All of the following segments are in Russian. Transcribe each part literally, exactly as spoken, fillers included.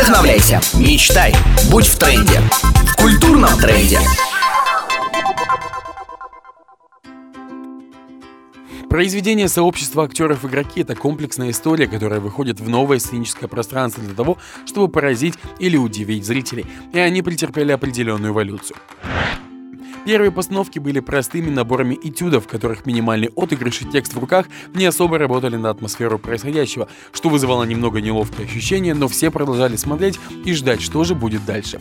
Вдохновляйся, мечтай, будь в тренде. В культурном тренде. Произведение сообщества актеров «Игроки» — это комплексная история, которая выходит в новое сценическое пространство для того, чтобы поразить или удивить зрителей, и они претерпели определенную эволюцию. Первые постановки были простыми наборами этюдов, в которых минимальный отыгрыш и текст в руках не особо работали на атмосферу происходящего, что вызывало немного неловкие ощущения, но все продолжали смотреть и ждать, что же будет дальше.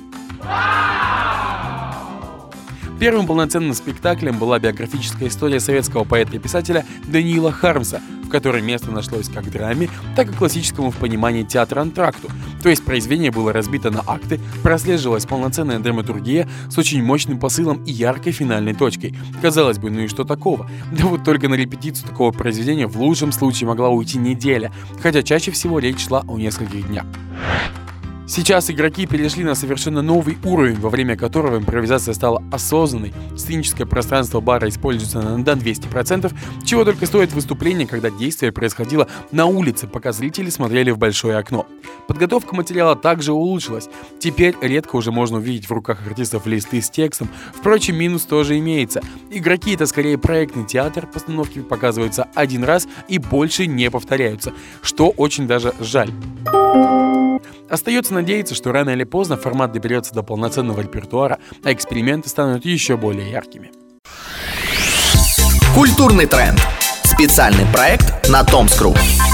Первым полноценным спектаклем была биографическая история советского поэта и писателя Даниила Хармса, в которой место нашлось как драме, так и классическому в понимании театра антракту. То есть произведение было разбито на акты, прослеживалась полноценная драматургия с очень мощным посылом и яркой финальной точкой. Казалось бы, ну и что такого? Да вот только на репетицию такого произведения в лучшем случае могла уйти неделя, хотя чаще всего речь шла о нескольких днях. Сейчас игроки перешли на совершенно новый уровень, во время которого импровизация стала осознанной, сценическое пространство бара используется на двести процентов, чего только стоит выступление, когда действие происходило на улице, пока зрители смотрели в большое окно. Подготовка материала также улучшилась. Теперь редко уже можно увидеть в руках артистов листы с текстом. Впрочем, минус тоже имеется. Игроки — это скорее проектный театр, постановки показываются один раз и больше не повторяются, что очень даже жаль. Остается надеяться, что рано или поздно формат доберется до полноценного репертуара, а эксперименты станут еще более яркими. Культурный тренд. Специальный проект на Томскру.